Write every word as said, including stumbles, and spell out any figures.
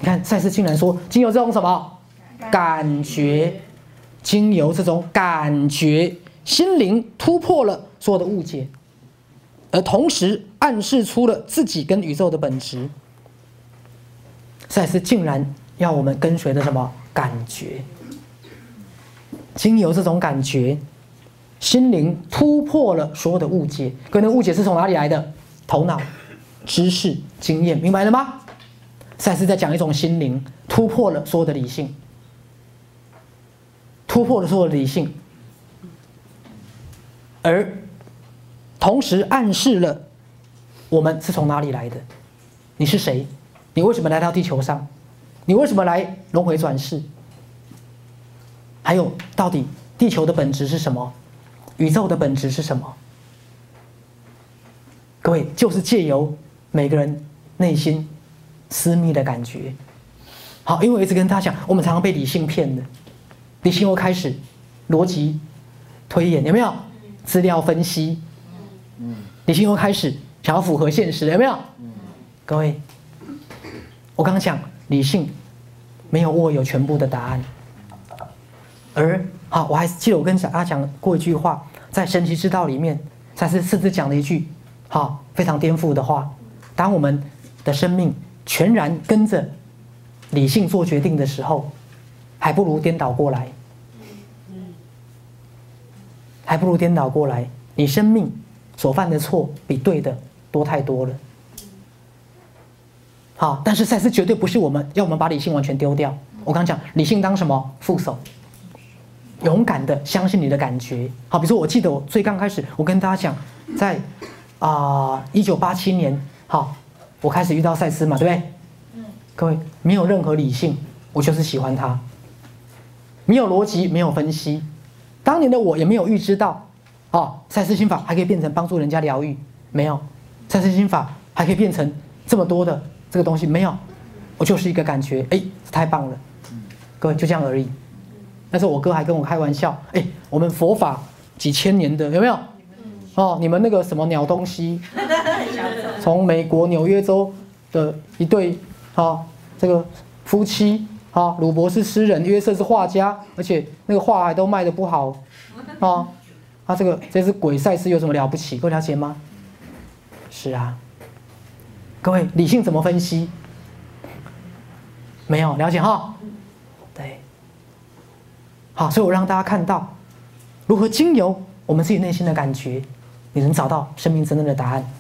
看赛斯竟然说，经由这种什么感觉，经由这种感觉，心灵突破了所有的误解，而同时暗示出了自己跟宇宙的本质。赛斯竟然要我们跟随的什么感觉？经由这种感觉，心灵突破了所有的误解。可能误解是从哪里来的？头脑、知识、经验，明白了吗？赛斯在讲一种心灵突破了所有的理性，突破了所有的理性，而同时暗示了我们是从哪里来的，你是谁？你为什么来到地球上？你为什么来轮回转世？还有，到底地球的本质是什么？宇宙的本质是什么？各位，就是借由每个人内心私密的感觉。好，因为我一直跟大家讲，我们常常被理性骗的，理性又开始逻辑推演，有没有？资料分析，理性又开始想要符合现实，有没有？各位，我刚刚讲理性没有握有全部的答案，而好，我还记得我跟大家讲过一句话，在神奇之道里面，赛斯甚至讲了一句好非常颠覆的话：当我们的生命全然跟着理性做决定的时候，还不如颠倒过来，还不如颠倒过来，你生命所犯的错比对的多太多了。好，但是赛斯绝对不是我们要我们把理性完全丢掉。我刚讲理性当什么副手，勇敢的相信你的感觉。好，比如说我记得我最刚开始，我跟大家讲，在啊一九八七年，好，我开始遇到赛斯嘛，对不对？嗯。各位，没有任何理性，我就是喜欢他，没有逻辑，没有分析。当年的我也没有预知到，哦，赛斯心法还可以变成帮助人家疗愈，没有，赛斯心法还可以变成这么多的这个东西，没有，我就是一个感觉，哎，太棒了，各位就这样而已。那时候我哥还跟我开玩笑，哎，我们佛法几千年的有没有？哦，你们那个什么鸟东西，从美国纽约州的一对啊、哦，这个夫妻啊、哦，鲁伯是诗人，约瑟是画家，而且那个画还都卖得不好啊。哦，他、啊、这个这只鬼赛斯有什么了不起？各位了解吗？是啊，各位理性怎么分析？没有了解哈？对，好，所以我让大家看到如何经由我们自己内心的感觉，你能找到生命真正的答案。